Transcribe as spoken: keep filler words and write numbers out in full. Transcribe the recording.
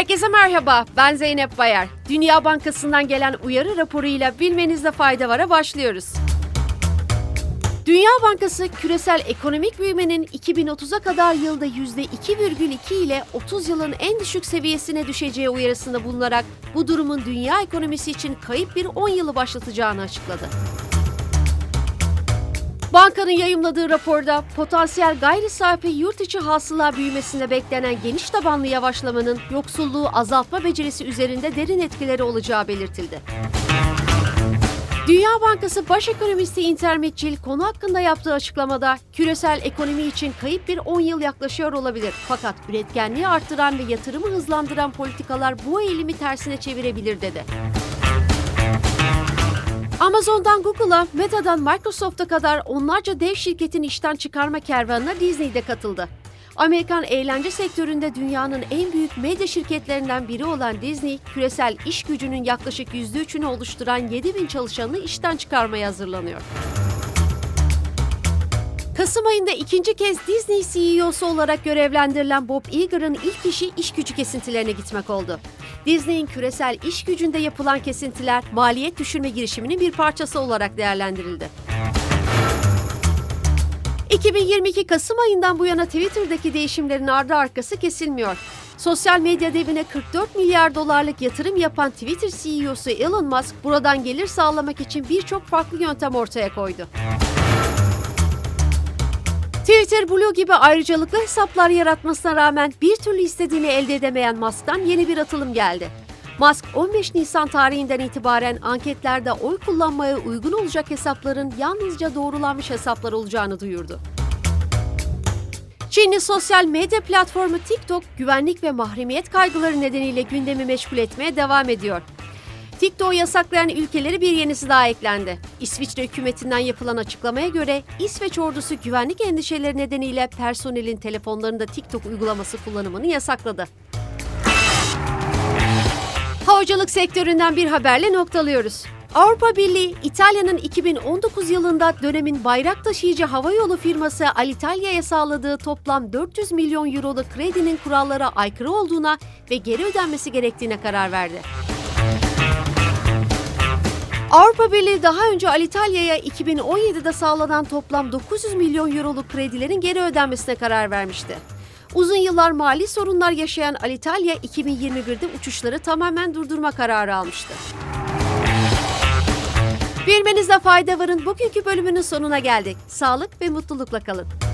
Herkese merhaba, ben Zeynep Bayar. Dünya Bankası'ndan gelen uyarı raporuyla bilmenizde fayda var'a başlıyoruz. Dünya Bankası, küresel ekonomik büyümenin iki bin otuza kadar yılda yüzde iki virgül iki ile otuz yılın en düşük seviyesine düşeceği uyarısında bulunarak bu durumun dünya ekonomisi için kayıp bir on yılı başlatacağını açıkladı. Bankanın yayımladığı raporda potansiyel gayri safi yurt içi hasıla büyümesinde beklenen geniş tabanlı yavaşlamanın yoksulluğu azaltma becerisi üzerinde derin etkileri olacağı belirtildi. Dünya Bankası Baş Ekonomisti Intermit Gill konu hakkında yaptığı açıklamada küresel ekonomi için kayıp bir on yıl yaklaşıyor olabilir. Fakat üretkenliği arttıran ve yatırımı hızlandıran politikalar bu eğilimi tersine çevirebilir dedi. Amazon'dan Google'a, Meta'dan Microsoft'a kadar onlarca dev şirketin işten çıkarma kervanına Disney de katıldı. Amerikan eğlence sektöründe dünyanın en büyük medya şirketlerinden biri olan Disney, küresel iş gücünün yaklaşık yüzde üçünü oluşturan yedi bin çalışanını işten çıkarmaya hazırlanıyor. Kasım ayında ikinci kez Disney C E O'su olarak görevlendirilen Bob Iger'ın ilk işi iş gücü kesintilerine gitmek oldu. Disney'in küresel iş gücünde yapılan kesintiler, maliyet düşürme girişiminin bir parçası olarak değerlendirildi. iki bin yirmi iki Kasım ayından bu yana Twitter'daki değişimlerin ardı arkası kesilmiyor. Sosyal medya devine kırk dört milyar dolarlık yatırım yapan Twitter C E O'su Elon Musk, buradan gelir sağlamak için birçok farklı yöntem ortaya koydu. Twitter Blue gibi ayrıcalıklı hesaplar yaratmasına rağmen bir türlü istediğini elde edemeyen Musk'tan yeni bir atılım geldi. Musk, on beş Nisan tarihinden itibaren anketlerde oy kullanmaya uygun olacak hesapların yalnızca doğrulanmış hesaplar olacağını duyurdu. Çinli sosyal medya platformu TikTok, güvenlik ve mahremiyet kaygıları nedeniyle gündemi meşgul etmeye devam ediyor. TikTok'u yasaklayan ülkeleri bir yenisi daha eklendi. İsviçre hükümetinden yapılan açıklamaya göre İsveç ordusu güvenlik endişeleri nedeniyle personelin telefonlarında TikTok uygulaması kullanımını yasakladı. Havacılık sektöründen bir haberle noktalıyoruz. Avrupa Birliği, İtalya'nın iki bin on dokuz yılında dönemin bayrak taşıyıcı havayolu firması Alitalia'ya sağladığı toplam dört yüz milyon euroluk kredinin kurallara aykırı olduğuna ve geri ödenmesi gerektiğine karar verdi. Avrupa Birliği daha önce Alitalia'ya iki bin on yedide sağlanan toplam dokuz yüz milyon euroluk kredilerin geri ödenmesine karar vermişti. Uzun yıllar mali sorunlar yaşayan Alitalia iki bin yirmi birde uçuşları tamamen durdurma kararı almıştı. Bilmenizde fayda var'ın bugünkü bölümünün sonuna geldik. Sağlık ve mutlulukla kalın.